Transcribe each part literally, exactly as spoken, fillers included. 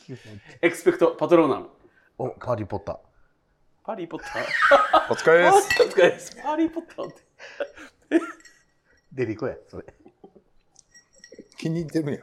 エクスペクトパトローナム。 お、パリポッター。 パリーポッター。 お疲れです。 お疲れです。パリーポッターって。 デリコや、それ。 気に入ってるやん。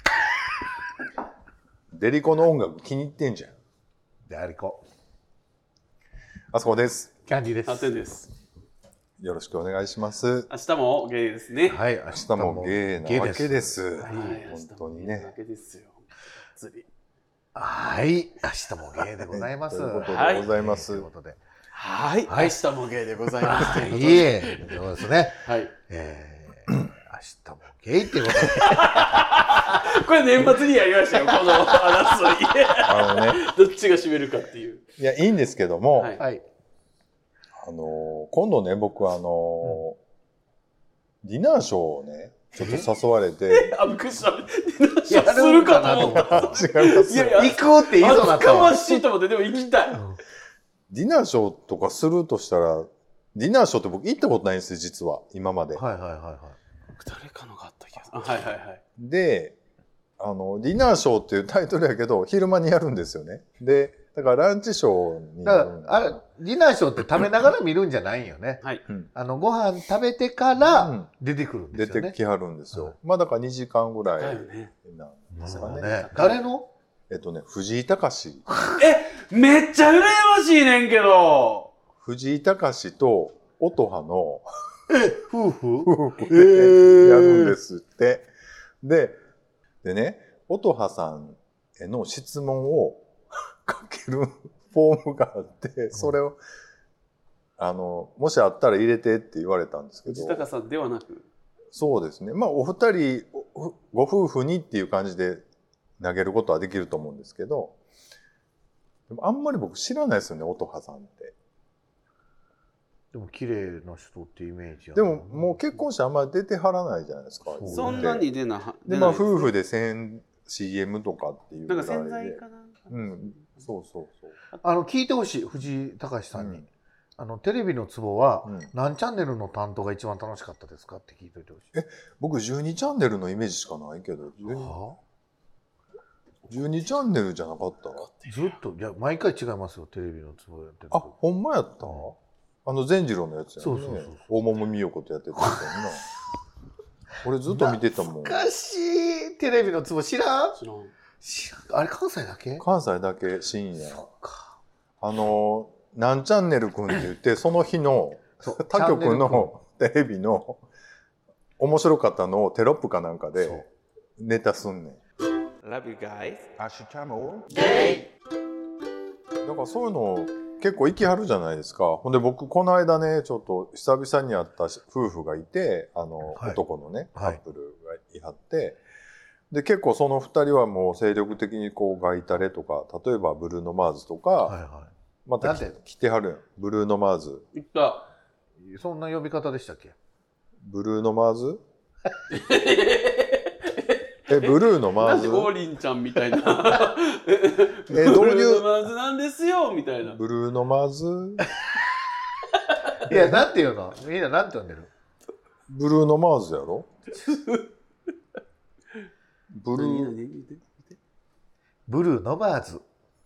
デリコの音楽気に入ってんじゃん。 デリコ。 あそこです。 キャンディーです。 ハテンです。 よろしくお願いします。 明日もゲイですね。 はい、 明日もゲイなわけです。 はい、 本当にね。 わけですよ。釣り。 はい、明日もゲイでございます。 ということでございます。 ということで。 はい、明日もゲイでございます。 いいえ、そうですね。 はい。 えー、明日もゲイっていうことで。 これ年末にやりましたよ、この争い。 あのね、 どっちが締めるかっていう。 いや、いいんですけども、 はいはい。 あの、今度ね、僕あの、ディナーショーをね、ちょっと誘われて。 あ、びっくりした。ディナーショーするかと思った。 違います。 いやいや、 行くって言いそうだったかましいと思って、でも行きたい。 ディナーショーとかするとしたら、ディナーショーって僕行ったことないんですよ、実は、今まで。 はいはいはいはい。 誰かのがあった気がする。はいはいはい。 で、あの、ディナーショーっていうタイトルやけど、昼間にやるんですよね。で、だからランチショーにだからあれディナーショーって食べながら見るんじゃないんよね。 はい。 あのご飯食べてから出てくるんですよね。 出てきはるんですよ。 はい、 まあだからにじかんぐらいなんですかね。 ね。誰の？ えっとね、藤井隆。 え、めっちゃ羨ましいねんけど。 藤井隆と音羽のえ、夫婦夫婦でやるんですって。で、でね、音羽さんへの質問を書けるフォームがあって、それを、あの、もしあったら入れてって言われたんですけど。 藤高さんではなく。 そうですね。まあ、お二人、ご夫婦にっていう感じで投げることはできると思うんですけど、でもあんまり僕知らないですよね、音羽さんって。 でも綺麗な人ってイメージや、 でももう結婚してあんまり出てはらないじゃないですか。 そんなに出なで、まあ夫婦で シーエム とかっていうなんか洗剤かな。 うん、そうそうそう。 あの聞いてほしい、藤井隆さんに。うん、あのテレビのツボは、うん、何チャンネルの担当が一番楽しかったですかって聞いといてほしい。 え、僕じゅうにチャンネルのイメージしかないけど、はじゅうにチャンネルじゃなかった？ ずっと、いや、毎回違いますよ、テレビのツボやってる。 あ、ほんまやった？うん、あの善次郎のやつやね。 そうそうそうそう。 大桃美代子とやってたみたいな。俺ずっと見てたもん。 懐かしい。テレビのツボ知らん？ 知らん。 知らん。あれ関西だけ？ 関西だけ深夜。あの、何チャンネルくんって言って、その日の他局のテレビの面白かったのをテロップかなんかでネタすんねん。 Love you guys. アッシュチャムゲイ。だからそういうの結構行きはるじゃないですか。ほんで僕この間ね、ちょっと久々に会った夫婦がいて、あの、はい、男のね、カップルがいはって、はい、で、結構その二人はもう精力的にこうガイタレとか、例えばブルーノマーズとか、はいはい、また来てはるやん。ブルーノマーズ。 行った。 そんな呼び方でしたっけ？ ブルーノマーズえ、ブルーノマーズなんで王林ちゃんみたいな。 え、どういう。 ブルーノマーズなんですよみたいな。 ブルーノマーズいや、なんて言うの？みんななんて呼んでる？ ブルーノマーズやろブルー。 ブルーノマーズ。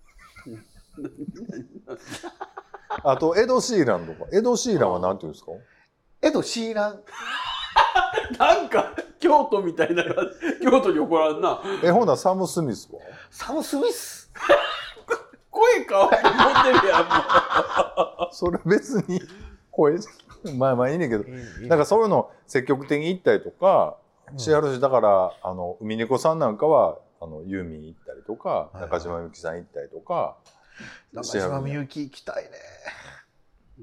あと、エド・シーランとか。エド・シーランはなんて言うんですか？ エド・シーラン。 なんか、京都みたいな、京都に怒らんな。 え、ほな、サム・スミスは？ サム・スミス声かわいい持ってるやん、もう。 それ別に、声、まあまあいいねんけど、なんかそういうの積極的に行ったりとか、しはるし、だから、あの、海猫さんなんかは、あの、ユーミン行ったりとか、中島みゆきさん行ったりとか、 中島みゆき行きたいね。 うん。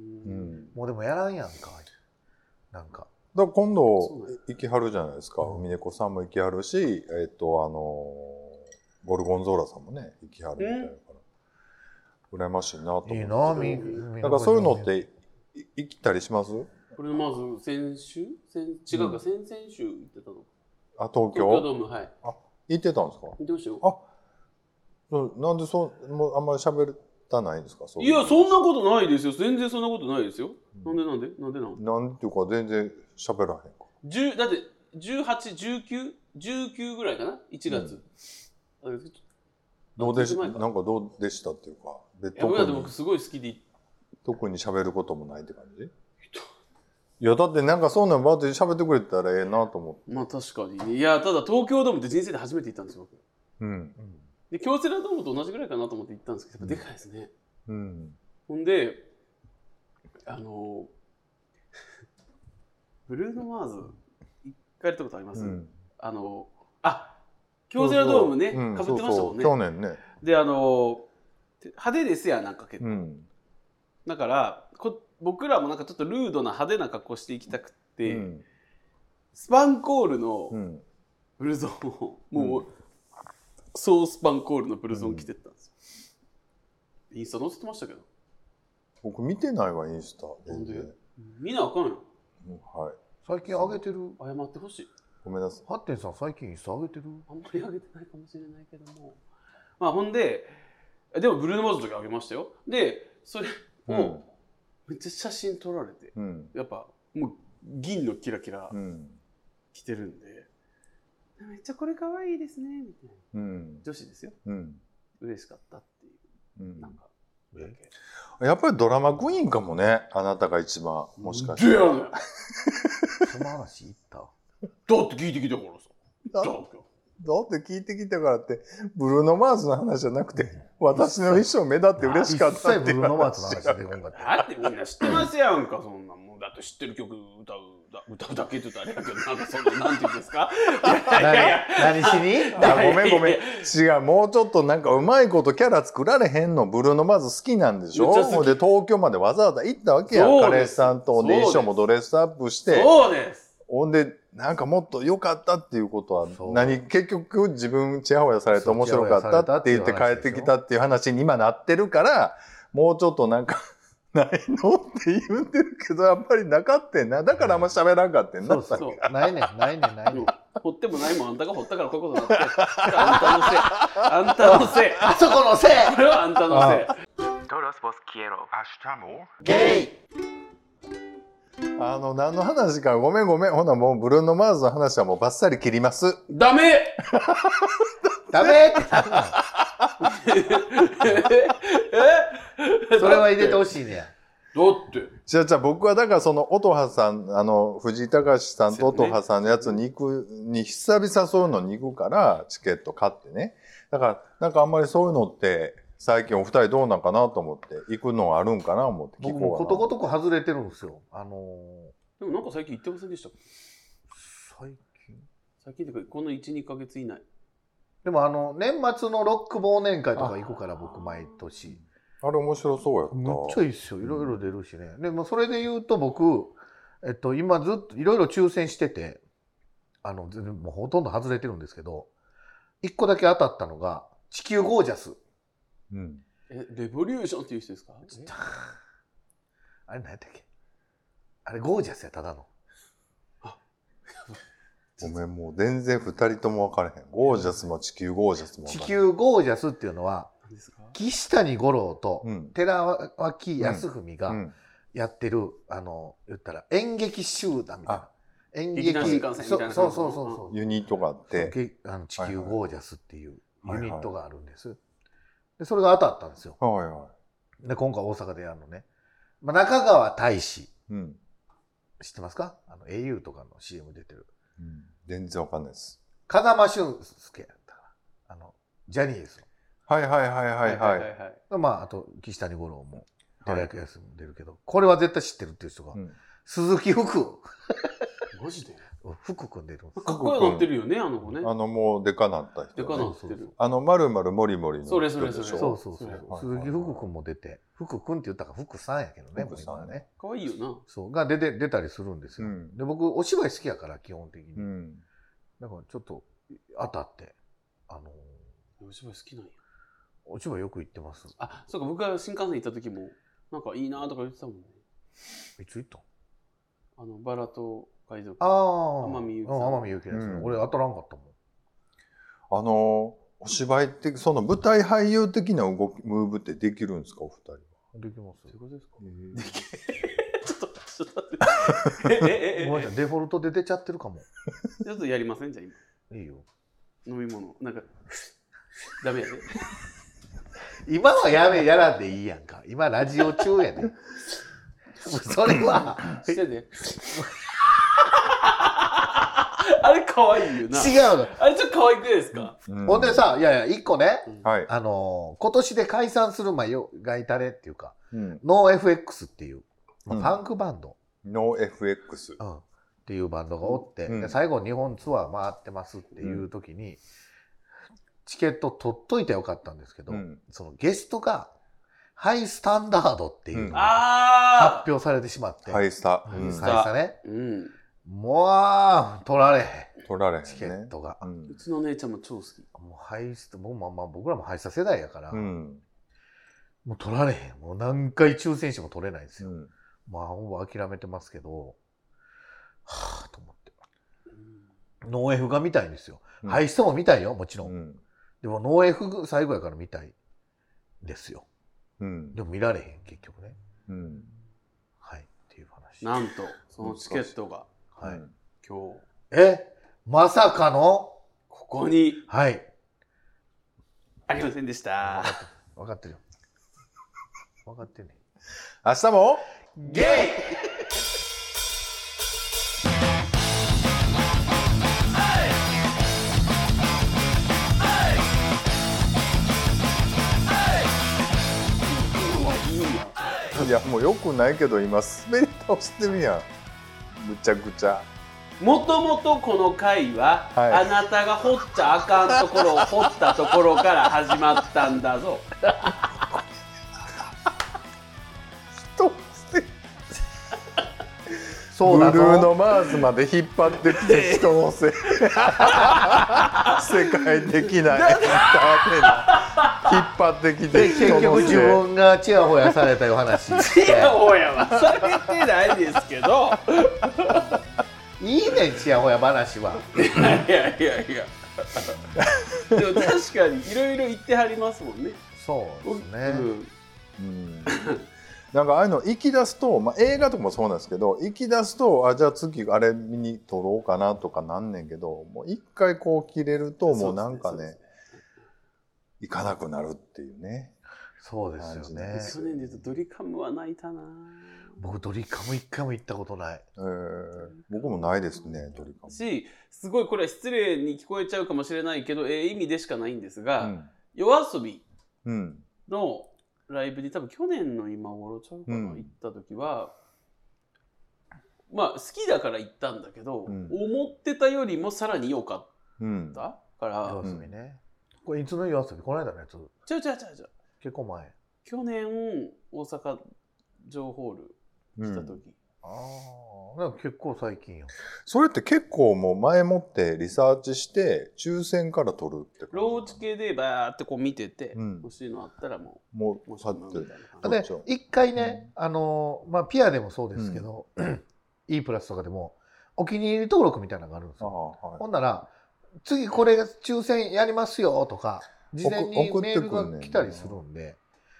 もうでもやらんやんか。なんか。 だから今度行きはるじゃないですか。海猫さんも行きはるし、えっと、あの、ゴルゴンゾーラさんもね、行きはるみたいだから、羨ましいなと思って。いいな、みだからそういうのって行ったりします？ これまず先週先違うか、先々週行ってたの。 あ、東京？ 東京ドーム、はい。 あ、行ってたんですか？ 行ってましたよ。 あ、なんでそう、もうあんまり喋ったないんですか？ そういういや、そんなことないですよ。全然そんなことないですよ。なんでなんでなんでなんなんていうか全然喋らへんか。 じゅうだってじゅうはち、じゅうきゅう、じゅうきゅうぐらいかな？いちがつ。 うん、 どうでしなんかどうでしたっていうか。 で特に僕すごい好きで特に喋ることもないって感じ？いやだってなんかそんなんバーって喋ってくれたらええなと思って。 まあ確かにね。いやただ東京ドームって人生で初めて行ったんですよ僕。 うん。 で京セラドームと同じぐらいかなと思って行ったんですけど、やっぱでかいですね。 うん。 ほんであのブルーノ・マーズ一回やったことあります？うん、あのあ京セラドームねかぶってましたもんね。 去年ね。 であの派手ですやなんか結構。うん、だからこ僕らもなんかちょっとルードな派手な格好していきたくて、うん、スパンコールのブルゾンを、うん、もうソースパンコールのブルゾン着てったんですよ。うん、インスタ載せてましたけど。 僕見てないわインスタ。 なんで？見なあかんよ。 はい。 最近上げてる？ 謝ってほしい。 ごめんなさい。 ハッテンさん最近インスタ上げてる？ あんまり上げてないかもしれないけども。まあほんで、でもブルーノ・マーズの時上げましたよ。で、それを、うんめっちゃ写真撮られて、うん、やっぱもう銀のキラキラ着てるんで、うん、めっちゃこれ可愛いですねみたいな、うん、女子ですよ、うん、嬉しかったっていう、うん、なんかやっぱりドラマクイーンかもねあなたが一番もしかして。 その話言った？ だって聞いてきたからさ。 だって聞いてきたからってブルーノ・マーズの話じゃなくて、私の衣装目立って嬉しかったっていう話。一切ブルーノ・マーズの話で今回。 だってみんな知ってますやんかそんなもん。だって知ってる曲歌う歌うだけって言ったらあれだけどなんかそんななんていうんですか。 いやいや何しに？ あごめんごめん違うもうちょっとなんかうまいことキャラ作られへんの。ブルーノ・マーズ好きなんでしょ。で東京までわざわざ行ったわけやん。彼氏さんとで衣装もドレスアップして。 そうです。 ほんでなんかもっと良かったっていうことは何結局自分チヤホヤされて面白かったって言って帰ってきたっていう話に今なってるからもうちょっとなんかないのって言ってるけどやっぱりなかったんな。だからあんま喋らんかってんな。 そうそうないねんないねんないねん。 掘ってもないもんあんたが掘ったからこういうことになってあんたのせいあんたのせいあそこのせいこれはあんたのせい。 Todos vos quiero. ゲイあの何の話かごめんごめんほなもうブルーノ・マーズの話はもうバッサリ切ります。 ダメダメってそれは入れてほしいねや。 だってじゃあじゃあ僕はだからその音羽さんあの藤井隆さんと音羽さんのやつに行くに久々そういうのに行くからチケット買ってね。だからなんかあんまりそういうのって最近お二人どうなんかなと思って行くのあるんかなと思って聞こうかな。 僕もことごとく外れてるんですよ。あのー、でもなんか最近行ってませんでしたっけ？ 最近最近っていうかこの いちにかげつ以内。 でもあの年末のロック忘年会とか行くから僕毎年。 あれ面白そうやった。 めっちゃいいっすよ。いろいろ出るしね。でもそれで言うと僕えっと今ずっといろいろ抽選しててあの全然もうほとんど外れてるんですけどいっこだけ当たったのが地球ゴージャス。 うん、 えレボリューションっていう人ですか？ あれ何やったっけ？あれゴージャスやただの。あごめんもう全然ふたりとも分からへん。ゴージャスも地球ゴージャスも分からへん。 地球ゴージャスっていうのは岸谷五郎と寺脇康文がやってる、うんうん、あの言ったら演劇集団みたいな。演劇そうそうそうそうそうユニットがあってあの地球ゴージャスっていうユニットがあるんです。はいはいでそれが当たったんですよ。 はいはい、 で今回大阪でやるのね。まあ、中川大志、うん、知ってますか？あの エーユー とかの シーエム 出てる。 うん、全然わかんないです。 風間俊介だったかな。あのジャニーズの。 はいはいはいはいはい。 まああと岸谷五郎も寺脇康も出るけど、はい、これは絶対知ってるっていう人が、うん、鈴木福。 マジで？ 福くん出る。 かっこよくなってるよねあの子ね。 あのもうでかなった人、ね。 でかなってる。 あのまるまるもりもりの人でしょ。 それそれそれ。 そうそうそう。鈴木福くんも出て、福くんって言ったから福さんやけどね。 福さんね。 可愛いよな。 そうが出て出たりするんですよ。うん、で僕お芝居好きやから基本的に。うん、だからちょっと当たってあのー、お芝居好きなんや。 お芝居よく行ってます。 あ、そうか僕が新幹線行った時もなんかいいなとか言ってたもんね。 いつ行った？ あのバラと海賊。 ああ。 天海祐希さん。 天海祐希です、うん。俺当たらんかったもん。あのお芝居ってその舞台俳優的な動きムーブってできるんですかお二人は？ できます。 そういうことですか？できちょっとちょっと待って。えええごめんなさいデフォルトで出ちゃってるかも。 ちょっとやりませんじゃあ今。 いいよ。 飲み物なんかダメやで。 今はやめやらんでいいやんか。今ラジオ中やで。それはしてねあれ可愛いよな。 違うの。 あれちょっと可愛くないですか？ うんほんでさ、いやいや一個ね、 はい。 あのー今年で解散する前よがいたれっていうか、 うん。 ノーエフエックス っていう、まあうんパンクバンド、 ノーエフエックス。 うん、っていうバンドがおって、 うんで最後日本ツアー回ってますっていう時に、チケット取っといてよかったんですけど、 うんそのゲストがハイスタンダードっていうのがあ発表されてしまって、 ハイスタ。うんハイスタね、 ーうん。 もう取られへん取られへんね。 チケットが、 うんうちの姉ちゃんも超好き。 もうハイスタ、もうまあまあ僕らもハイスタ世代やから、 うん。 もう取られへん、もう何回抽選しても取れないんですよ、 うん。 まあほぼ諦めてますけど、はぁと思ってうんノーエフが見たいんですよ、 うんハイスタも見たいよもちろん、 うん。 でもノーエフ最後やから見たいですよ。 うん。 でも見られへん結局ね。 うん。 はいっていう話。 なんとそのチケットがはい。 うん今日えまさかのここにはい。 ありませんでした。 分かってるよ。分かってんね明日もゲイいやもうよくないけど今滑り倒してるやん。むちゃくちゃ。 もともとこの回は、 はいあなたが掘っちゃあかんところを掘ったところから始まったんだぞ。 人そうだブルーぞ。 ノ・マーズまで引っ張ってきて人のせい世界的なエンターテイナー引っ張ってきてで結人のせい局自分がチヤホヤされたいう話いやおやはされてないですけど。 いいねんチヤホヤ話は。 いやいやいやいや。でも確かにいろいろ言ってはりますもんね。 そうですね。 うんうんなんかああいうの行き出すと、まあ、映画とかもそうなんですけど行き出すとあじゃあ次あれ見に撮ろうかなとかなんねんけどもう一回こう切れるともうなんかね行かなくなるっていうね。 そうですよね。 去年で言うとドリカムは泣いたな。 僕ドリカム一回も行ったことない。 えー、僕もないですねドリカム。 し、すごいこれは失礼に聞こえちゃうかもしれないけど、ええ意味でしかないんですが、 うん夜遊びうんのライブに多分去年の今頃ちゃうかな、 うん行った時はまあ好きだから行ったんだけど、 うん思ってたよりもさらに良かっうんたから、 夜遊びね。これいつの夜遊び？この間のやつ？ ちゃうちゃうちゃうちゃう結構前。 去年大阪城ホール来た時、 ああ、なんか結構最近よ。 それって結構もう前もってリサーチして抽選から取るって感じ。 ローチ系でバーってこう見てて、 うん欲しいのあったらももうもしう買ってもみたいな感じでそうそう一回ね、あのまあピアでもそうですけど、E プラスとかでもお気に入り登録みたいなのがあるんですあよ。 あ、はい、 ほんなら次これ抽選やりますよとか事前に送メールが来たりするんで。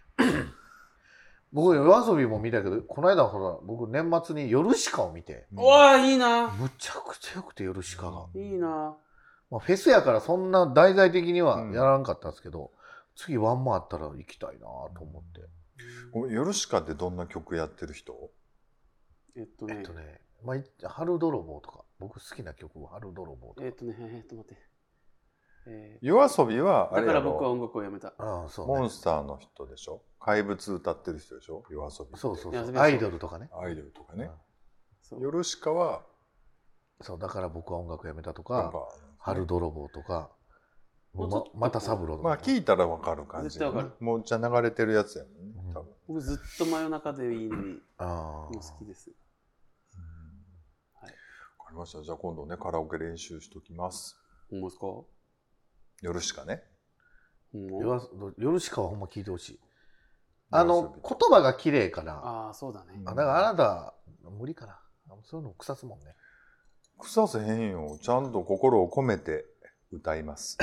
僕夜遊びも見たけどこの間ほら僕年末に夜シカを見てうわーいいなむちゃくちゃよくて夜シカが、 いいなまあ、フェスやからそんな題材的にはやらんかったんですけど、次ワンもあったら行きたいなと思って、 これヨルシカってどんな曲やってる人？ えっとねえっとね、まあ、い春泥棒とか僕好きな曲は春泥棒とか、 えっとねえっと待って、え夜遊びはーだからあれやろ僕は音楽をやめた。 ああそうねモンスターの人でしょ。怪物歌ってる人でしょ。夜遊び。 そうそういやそうアイドルとかね、 アイドルとかね。 そうヨルシカはそうだから僕は音楽やめたとかなんか春泥棒とかもうちょっとままた三郎とか、 まあ聞いたらわかる感じ、 絶対わかるもうじゃ流れてるやつやもんね。多分。 僕ずっと真夜中でいいのにあもうあ好きです。はいわかりました。じゃあ今度ねカラオケ練習しときます。 ほんまですか？ ヨルシカね。 ほんま夜夜しかはほんま聞いてほしい。あの夜遊び言葉が綺麗からああそうだね。 あだからあなた無理かなそういうの腐すもんね。 腐せへんよ。ちゃんと心を込めて歌います。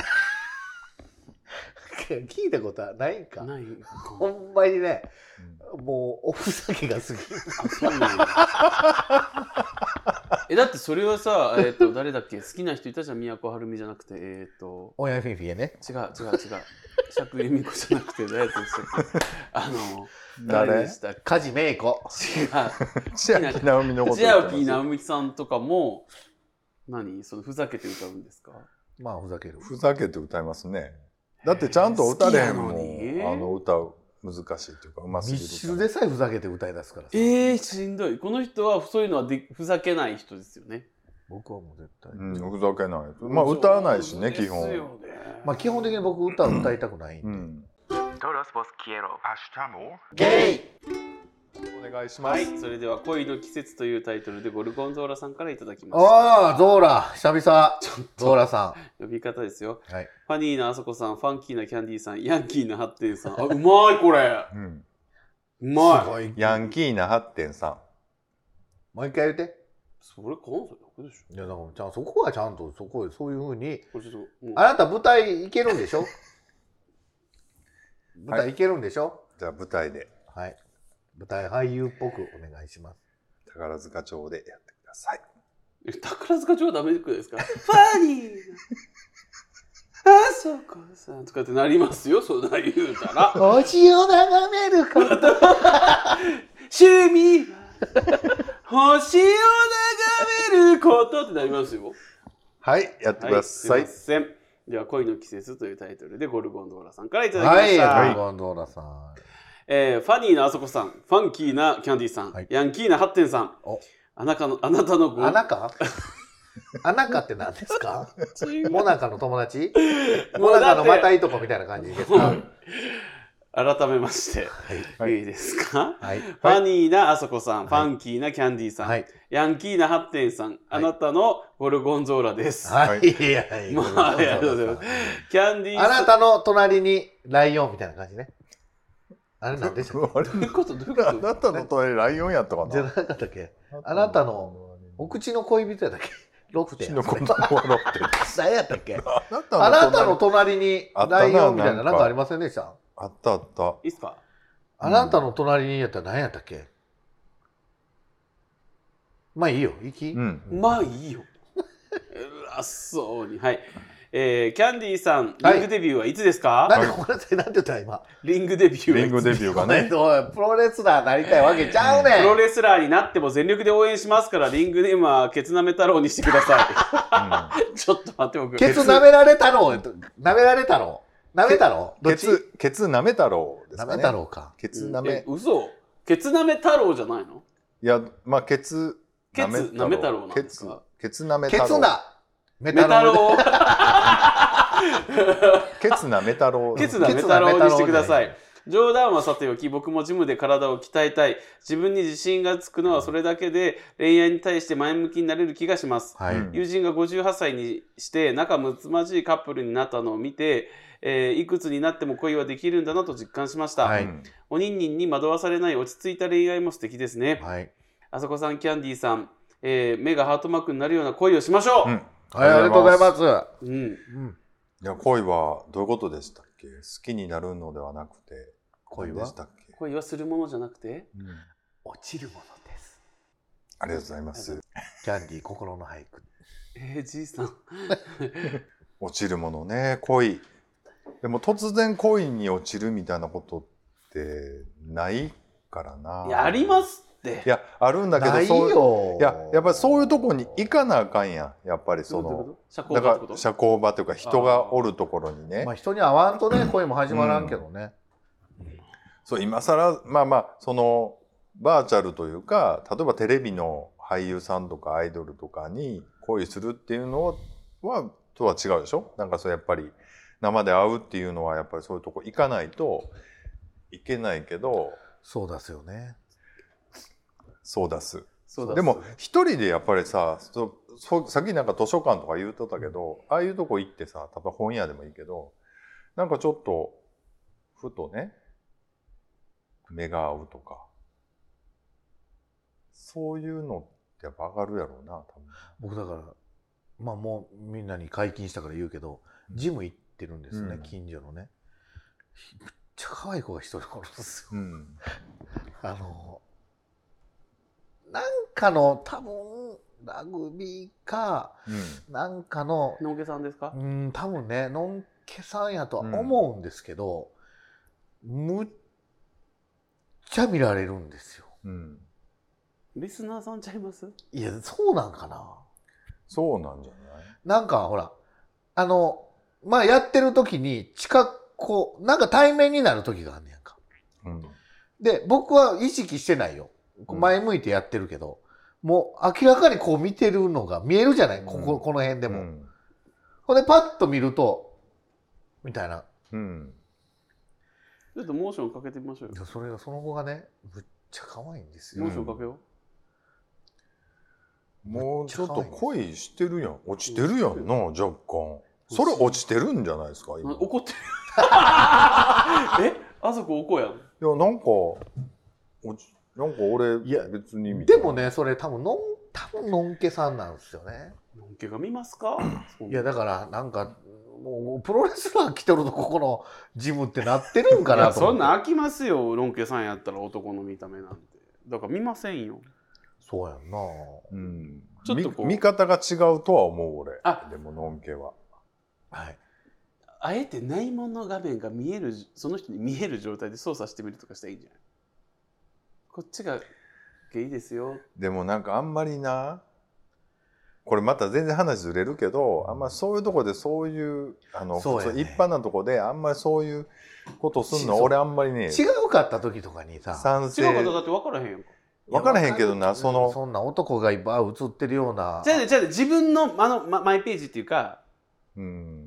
聞いたことはないんか。 ない。 ほんまにね、もうおふざけが過ぎる。 あそうなんだ。 えだってそれはさ、えー、と誰だっけ好きな人いたじゃん、都はるみじゃなくてえっ、ー、と親フィンフィンね。 違う違う違う釈由美子じゃなくて誰でしたっけあの誰でしたっけ梶芽衣子。 違う千秋直美のこと千言ってます秋直美さんとかも何そのふざけて歌うんですか？ まあふざける。 ふざけて歌いますね。だってちゃんと歌れへんもん、 好きやのにあの歌う難しいっていうかうますぎるミッシュでさえふざけて歌い出すからさ。 えー、しんどい。この人はそういうのはでふざけない人ですよね。 僕はもう絶対。 うん、ふざけない。まあ歌わないしね基本。 ですよねまあ基本的に僕歌歌いたくないんで。 うん。 Todos vos quiero. ゲイ。 お願いしまはす。 い、それでは恋の季節というタイトルでゴルゴンゾーラさんからいただきました。 ああ、ゾーラ、久々。ゾーラさ呼び方ですよ。 ん。はい。 ファニーなあそこさん、ファンキーなキャンディーさん、ヤンキーなハッテンさん。あ、うまいこれ。 うん。 うまい。 すごい。 ヤンキーなはってんさもう一回言って。 それ関西だけでしょ。 いやだからちゃんそこはちゃんとそこへそういうふうに。 これちょっともうあなた舞台行けるんでしょ？舞台行けるんでしょ？ ん。じゃあ舞台ではい。舞台俳優っぽくお願いします。 宝塚町でやってください。 え宝塚城はダメですか？ファニーなあそこさんとかってなりますよ、そんな言うたら。 星を眺めること。 趣味は星を眺めることってなりますよ。 はい、やってください。 はい、すいません。では恋の季節というタイトルでゴルゴンゾーラさんからいただきまはい、 した。 ゴルゴンゾーラさん。 えーファニーなあそこさん、ファンキーなキャンディーさん、 はいヤンキーなハッテンさん、 お、 あなたのあなたのごあなか？あなかって何ですか？モナカの友達？モナカのまたいとこみたいな感じですか？ 改めまして、 はいいいですか？ はい。 ファニーなあそこさん、 はいファンキーなキャンディーさん、 はい。 ヤンキーなハッテンさん、あなたのゴルゴンゾーラです。 はい。いやいや。 まあありがとうございますキャンディーさん、 あなたの隣にライオンみたいな感じね。あれなんでしたっあれどういうことどういうあことなたの隣ライオンやったかけ？じゃな。 なかったっけ？あなたのお口の恋人やったっけ？ロッテや。 口の子供はロッテです。 何やったっけ？ あなたのあなたの隣にあったなライオンみたいななんかなんかありませんでした？ あったあった。 いいっすか？ あなたの隣にやったら何やったっけ？まあいいよ。行き。 うん。 まあいいよ。偉そうに。はい。えー、キャンディーさん、 はいリングデビューはいつですか？ なんでごめんなさい。なんて言った今。 リングデビューはいつリングデビューがね、 ね。 プロレスラーなりたいわけちゃうねん。 プロレスラーになっても全力で応援しますから、リングネームはケツナメ太郎にしてください。ちょっと待って僕。 ケツ舐められたろう。舐められたろう。舐めたろう。どっち？ ケツ、ケツなめ太郎です舐めかね。 たろうか。 ケツなえめ。 嘘？ケツナメ太郎じゃないの？ いや、まあ、ケツケツなめ太郎なんケツですか？、 ケツなめケ太郎。 ツな。メメタロウ。 ケツなめ太郎。 ケツナメ太郎にしてください。冗談はさておき、僕もジムで体を鍛えたい。自分に自信がつくのはそれだけで恋愛に対して前向きになれる気がします。 はい。 うん友人がごじゅうはっさいにして仲睦まじいカップルになったのを見て、えーいくつになっても恋はできるんだなと実感しました。 はいうんおにんにんに惑わされない落ち着いた恋愛も素敵ですね。 はい。 あそこさん、キャンディーさん、えー目がハートマークになるような恋をしましょう。 うんはい、ありがとうございます。 うんうん。 いや、恋はどういうことでしたっけ？好きになるのではなくて、 恋は何でしたっけ？ 恋はするものじゃなくてうん落ちるものです。 ありがとうございます。 キャンディー心の俳句。 えー、じいさん落ちるものね、恋。でも突然恋に落ちるみたいなことってないからな。 いやありますっていや、あるんだけど、 ないそうよ。 いや、やっぱりそういうとこに行かなあかんやん。やっぱりその、 どういうこと社交だ場ってことから社交場というか人がおるところにねまあ。人に会わんとね、恋も始まらんけどね。 そう、今更、まあまあ、その、バーチャルというか、例えばテレビの俳優さんとかアイドルとかに恋するっていうのは、とは違うでしょ？なんかそうやっぱり生で会うっていうのはやっぱりそういうとこ行かないといけないけど、 そうですよね。 そうだす。 そうだでも一人でやっぱりさ、そそさっきなんか図書館とか言うとったけど、ああいうとこ行ってさ、例えば本屋でもいいけど、なんかちょっとふとね、目が合うとか、そういうのってやっぱ上がるやろうな、多分。 僕だからまあもうみんなに解禁したから言うけど、ジム行ってるんですね、 うん近所のね。めっちゃ可愛い子が一人おるんですよ。 うん。 あのなんかの多分ラグビーか、 うん、 なんかののんけさんですか？ うん、多分ねのんけさんやとは思うんですけど、うん、むっちゃ見られるんですよ、 うん、 リスナーさんちゃいます？ いやそうなんかな。 そうなんじゃない？ なんかほらあのまあやってる時に近くこうなんか対面になる時があんねやんか、 うん、 で僕は意識してないよ、前向いてやってるけど、うん、もう明らかにこう見てるのが見えるじゃない、ここ、この辺でも、うん、ほんでパッと見るとみたいな、 うん、 ちょっとモーションかけてみましょうよ。 それがその子がねむっちゃ可愛いんですよ。 モーションかけよう。もうちょっと恋してるやん、落ちてるやんな、若干。それ落ちてるんじゃないですか今。 怒ってるえ、あそこ怒やん。いやなんか落ちなんか俺いや別にみたいな。でもねそれ多分のん多分のんけさんなんですよね。 のんけが見ますか？ いやだからなんかもうプロレスラー来てるとここのジムってなってるんかなとそんな飽きますよ、のんけさんやったら男の見た目なんて。だから見ませんよ。 そうやんな、 うん、 ちょっとこう見, 見方が違うとは思う俺。 あでものんけははい、 あえて内門の画面が見える、その人に見える状態で操作してみるとかしたらいいんじゃない？こっちがいいですよ。 でもなんかあんまりな、これまた全然話ずれるけど、あんまりそういうとこでそういうあのそうやね、 普通一般なとこであんまりそういうことすんの俺あんまりね違うかった時とかにさ賛成。 違うかっただって分からへんやんか。 分からへんけどな、そのそんな男がいっぱい映ってるような。 じゃあねじゃあね自分のあの、ま、マイページっていうか、 うん、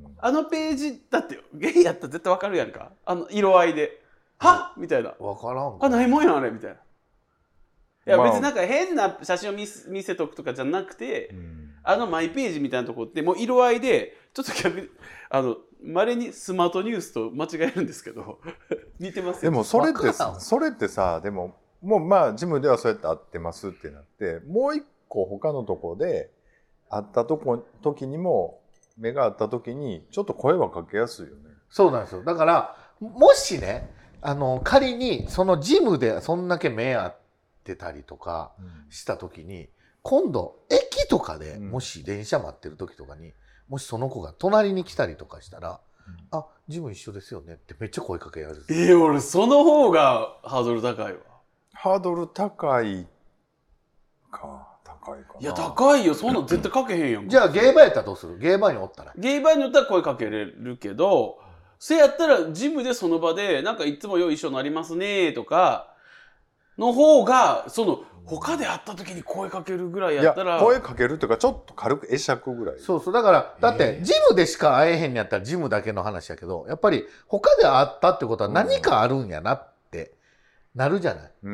あのページだってゲイやったら絶対分かるやんか、あの色合いではっみたいな、 分からんかあないもんやんあれみたいな。いや、 まあ別になんか変な写真を 見, 見せとくとかじゃなくて、うん、あのマイページみたいなとこってもう色合いでちょっと逆にあの稀にスマートニュースと間違えるんですけど似てますよ。 でもそれってそれってさ、でももうまあジムではそうやって会ってますってなって、もう一個他のとこで会ったとこ時にも目が合った時にちょっと声はかけやすいよね。 そうなんですよ。だからもしねあの仮にそのジムでそんだけ目合ってたりとかした時に、うん、今度駅とかでもし電車待ってる時とかに、うん、もしその子が隣に来たりとかしたら、うん、あジム一緒ですよねってめっちゃ声かけやる。 えー、俺その方がハードル高いわ。 ハードル高いか。高いかな。 いや高いよ、そんなん絶対かけへんやん。 じゃあゲイバーやったらどうする？ゲイバーにおったらゲイバーにおったら声かけれるけど、せやったらジムでその場でなんかいつもよいしょなりますねとかの方が、その他で会った時に声かけるぐらいやったら、 いや声かけるっていうかちょっと軽く会釈ぐらい。 そうそう、だからだってジムでしか会えへんやったらジムだけの話やけど、やっぱり他で会ったってことは何かあるんやなってなるじゃない。 うん、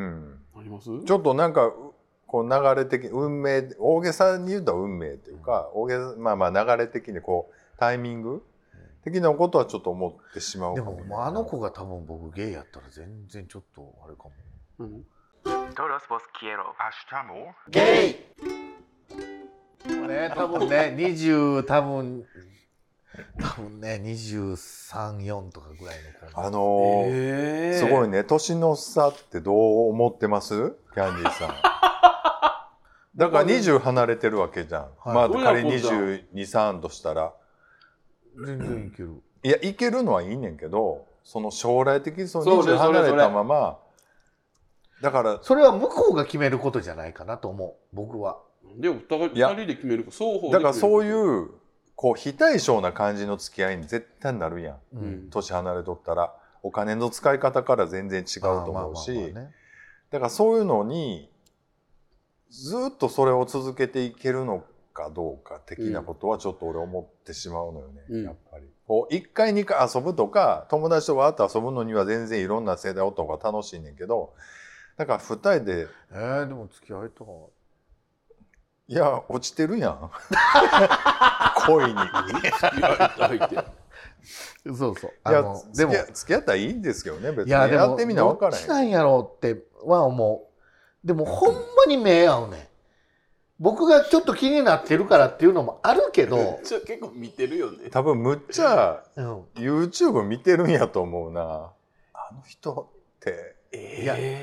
あります？ ちょっとなんかこう流れ的に運命、大げさに言うと運命っていうか、大げさまあまあ流れ的にこうタイミング的なことはちょっと思ってしまうかも。 でもあの子が多分僕ゲイやったら全然ちょっとあれかも。 うん、 Todos vos quiero. ゲイ。ね多分ねにじゅう多分多分ねにじゅうさん、よんとかぐらいの子。 あのーえー、すごいね、年の差ってどう思ってます？キャンディーさん。だからにじゅう離れてるわけじゃん。はい、まあ仮ににじゅうに、さんとしたら。 全然いける。 いや、いけるのはいいねんけど、その将来的にそのにじゅう離れたまま、だからそれは向こうが決めることじゃないかなと思う、僕は。 でもふたりで決めるか、双方で決めるか。 だからそういうこう非対称な感じの付き合いに絶対になるやん。うん、年離れとったらお金の使い方から全然違うと思うし、だからそういうのにずっとそれを続けていけるのかどうか的なことはちょっと俺思ってしまうのよね、うん、やっぱり。こういっかいにかい遊ぶとか友達とわーっと遊ぶのには全然いろんな世代おった方が楽しいねんけど、だからふたりでえー、でも付き合いとかいや落ちてるやん恋に付き合いたいってそうそう、 あのいやでも付き合ったらいいんですけどね、別に。いやでもやってみな分からへん。 どっちなんやろうっては思う。でもほんまに目合うねん。僕がちょっと気になってるからっていうのもあるけど結構見てるよね。 多分むっちゃ YouTube 見てるんやと思うな、あの人って。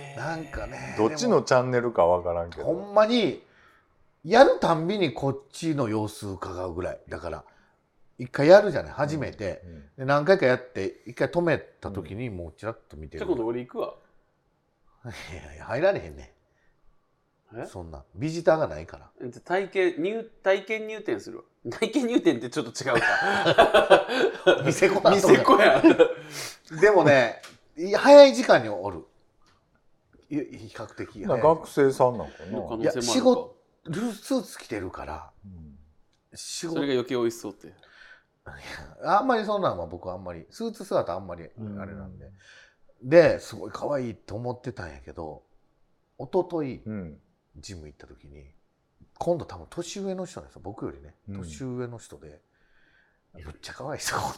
いやなんかねどっちのチャンネルか分からんけどほんまにやるたんびにこっちの様子伺うぐらいだから、一回やるじゃない初めて、うんうん、で何回かやって一回止めた時にもうちらっと見てる。 じゃあ今度俺行くわ。 いやいや入られへんねん。そんなビジターがないから。 体験入体験入店するわ。体験入店ってちょっと違うか。 店子や。 店子や。 でもね早い時間におる。比較的学生さんなんかな。 いや仕事スーツ着てるから、うん、 仕事それが余計美味しそうって。 あんまりそんなんは僕はあんまりスーツ姿あんまりあれなんで、うん、ですごい可愛いと思ってたんやけど、一昨日、うん、ジム行った時に今度多分年上の人なんですよ、僕よりね、うん、年上の人でめっちゃ可愛い人がおって。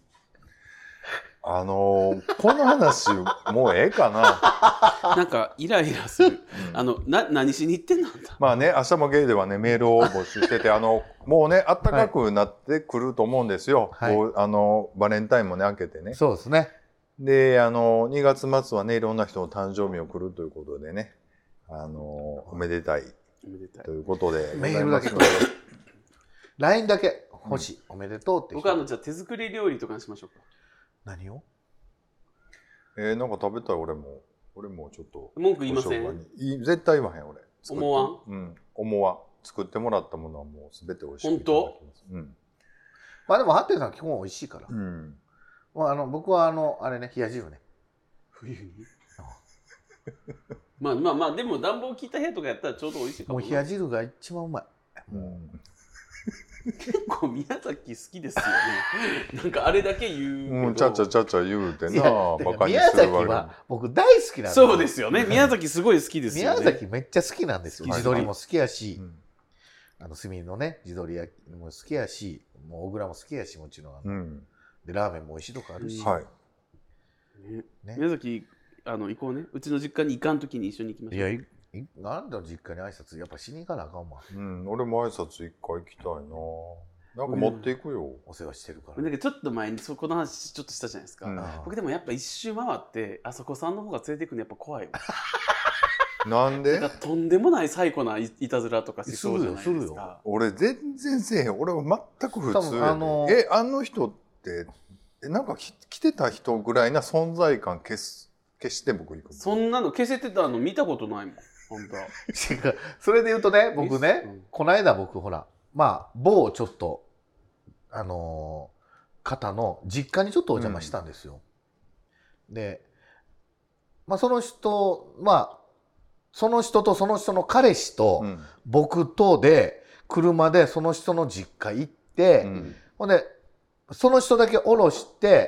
あのー、この話もうええかな。 なんかイライラする。うん、あのな何しに行ってんの？ まあね、明日もゲイではねメールを募集してて、あのもうね暖かくなってくると思うんですよ。はい、あのバレンタインもね明けてね。 そうですね。 であのにがつ末はねいろんな人の誕生日を来るということでね、あのおめでたいということでメールだけライン だけ欲しい、うん、おめでとうって。 僕あのじゃあ手作り料理とかにしましょうか。 何を？ えー、なんか食べたい。俺も俺もちょっと文句言いません？ 絶対言わへん俺。 思わん？ うん、思わん。作ってもらったものはもうすべて美味しい。 本当？ うん。 まあでもハッテンさん基本美味しいから。うん。まああの僕はあのあれね冷や汁ね。 冬に。まあまあまあでも暖房効いた部屋とかやったらちょうど美味しいかも。 もう冷や汁が一番うまい。 うん。 結構宮崎好きですよね。なんかあれだけ言うけど、 うん、ちゃちゃちゃちゃ言うてな、バカにするわけ。宮崎は僕大好きなんですよ。そうですよね。宮崎すごい好きですよね。 宮崎めっちゃ好きなんですよ。地鶏も好きやし、うん、あの炭のね地鶏焼きも好きやし、もう小倉も好きやし、もちろん、うん、でラーメンも美味しいとこあるし。 はい。 ねね、宮崎あの行こうね。うちの実家に行かんときに一緒に行きましょう。 いやなんだ実家に挨拶やっぱしに行かなあかんわ。 うん、俺も挨拶一回行きたいな。なんか持っていくよ。 お世話してるから。 だけどちょっと前にそこの話ちょっとしたじゃないですか。うん、僕でもやっぱ一周回ってあそこさんの方が連れていくのやっぱ怖いわ。 なんで？ なんかとんでもない最古ないたずらとかしそうじゃないですか。 俺全然せえへん。俺は全く普通や、ね。あのー、えあの人ってえなんか来てた人ぐらいな存在感消す消して僕行く。 そんなの消せてたの見たことないもん。本当。 違う。それで言うとね、僕ね、うん、この間僕ほら、まあ某ちょっとあのー、方の実家にちょっとお邪魔したんですよ。うん、で、まあその人、まあその人とその人の彼氏と僕とで車でその人の実家行って、うん、ほんでその人だけ降ろして、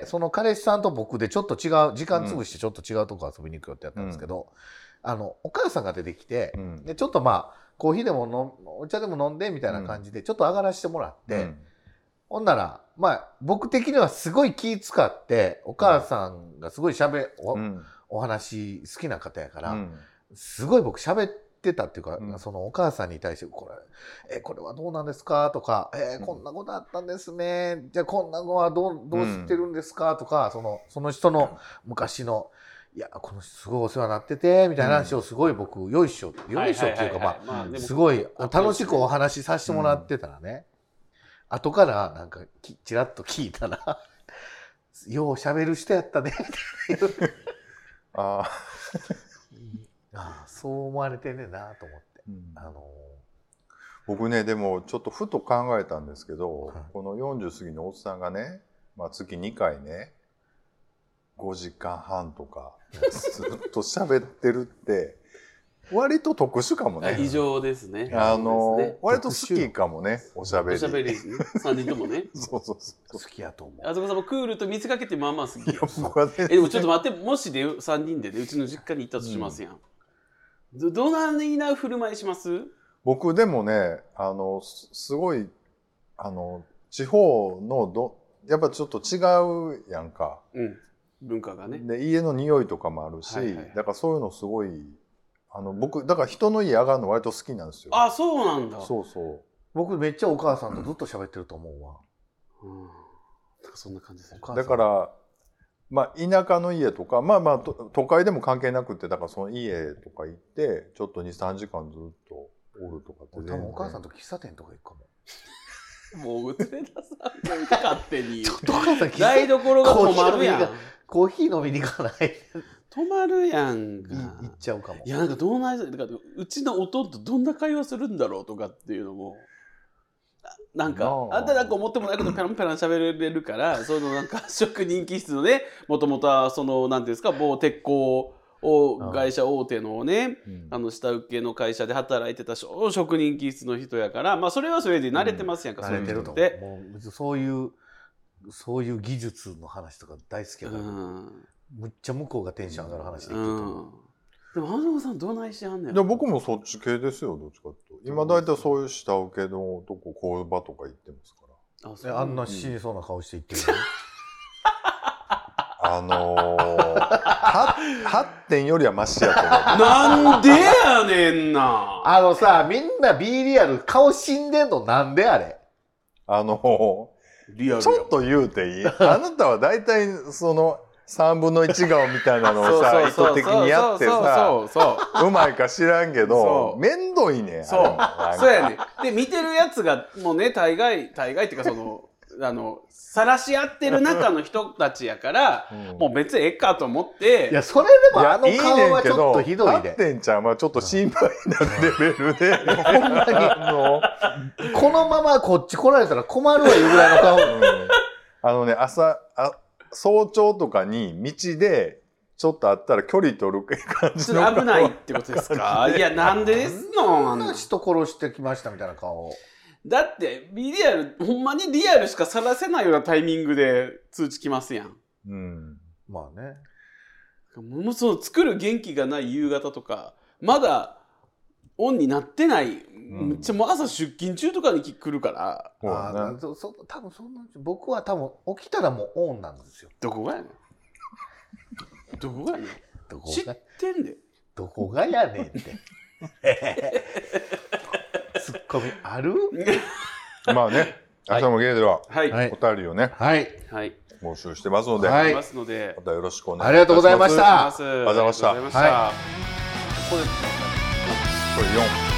その彼氏さんと僕でちょっと違う時間潰してちょっと違うとこ遊びに行くよってやったんですけど。うん、あのお母さんが出てきて、うん、でちょっとまあコーヒーでものお茶でも飲んでみたいな感じでちょっと上がらせてもらって、うん、ほんならまあ僕的にはすごい気使ってお母さんがすごいしゃべ お,、うん、お話好きな方やから、うん、すごい僕しゃべってたっていうか、うん、そのお母さんに対してこれえこれはどうなんですかとか、えー、こんなことあったんですね、じゃあこんなのはどうどうしてるんですかとか、そのその人の昔のいやこの人すごいお世話になっててみたいな話をすごい僕よいしょよいしょっていうかまあすごい楽しくお話しさせてもらってたらね、うん、後からなんかちらっと聞いたらようしゃべる人やったねみたいなああそう思われてんねんなと思って、うん、あのー、 僕ねでもちょっとふと考えたんですけど、はい、このよんじゅう過ぎのおっさんがね、まあ、月にかいねごじかんはんとかずっと喋ってるって割と特殊かもね。 異常ですね。 あの、ね、割と好きかもね、おしゃべり。 おしゃべりですね。さんにんともね。 そうそうそう。 好きやと思う。 あそこさんもクールと見せかけてまあまあ好き。いや僕はね、えでもちょっと待って、もしでさんにんでねうちの実家に行ったとしますやん。うん、どないな振る舞いします？ 僕でもね、あのすごいあの地方のどやっぱちょっと違うやんか。 うん。文化がね。 で家の匂いとかもあるし、はいはいはい、だからそういうのすごいあの僕だから人の家上がるの割と好きなんですよ。 あ、そうなんだ。 そうそう。 僕めっちゃお母さんとずっと喋ってると思うわ。 うん。そんな感じでする。 だからまあ田舎の家とかまあまあ都会でも関係なくてだからその家とか行ってちょっとにさんじかんずっとおるとかって多分お母さんと喫茶店とか行くかも。 もう連れ出さんと勝手にちょっとお母さん喫茶台所が止まるやん。 コーヒー飲みに行かない。 止まるやんか。 行っちゃうかも。 いやなんかどうないだからうちの弟とどんな会話するんだろうとかっていうのもなんかあんたなんか思ってもないことペランペラン喋れるからそのなんか職人気質のねもともとはそのなんていうんですか某鉄鋼を会社大手のね、うん、あの下請けの会社で働いてた職人気質の人やからまあそれはそれで慣れてますやんか、うん、 慣れてると思う。もうそういうそういう技術の話とか大好きやから、うん、むっちゃ向こうがテンション上がる話できると思う。 でも安藤さんどないしはんねん。 いや僕もそっち系ですよどっちかと。今大体そういう下請けのとこ工場とか行ってますから。 あ, そうあんな死にそうな顔して行ってるのあのー、はってんよりはマシやと思う。 なんでやねんな。 あのさみんな B リアル顔死んでんのなんであれ。 あのー、リアルちょっと言うていい？あなたは大体そのさんぶんのいち顔みたいなのをさ意図的にやってさうまいか知らんけどめんどいねん。 そうそうやねん。で見てるやつがもうね大概大概っていうかそのあの晒し合ってる中の人たちやから、うん、もう別にええかと思って。 いやそれでもあの顔はちょっとひどいで。 あってんちゃんはちょっと心配なレベルで、うん、 ほんまにこのままこっち来られたら困るわいうぐらいの顔、うん、 あのね朝あ早朝とかに道でちょっとあったら距離取る感じの顔。 危ないってことですか？いやなんでですの？ あんな人殺してきましたみたいな顔。 だって B リアルほんまにリアルしかさらせないようなタイミングで通知来ますやん。 うん。まあね。 もうその作る元気がない夕方とかまだオンになってない。うん、めっちゃもう朝出勤中とかに来るから。 ああ、ね、そそ多分そんな僕は多分起きたらもうオンなんですよ。 どこがやねん。どこがやねん。どこが知ってんで。 どこがやねんって。ツッコミある？ まあね、明日もゲイでは、 はい、 お便りをね、 はい、 募集してますので、 はい、 またよろしくお願いします。 ありがとうございました。 ありがとうございました。 はい、これ、 これよん。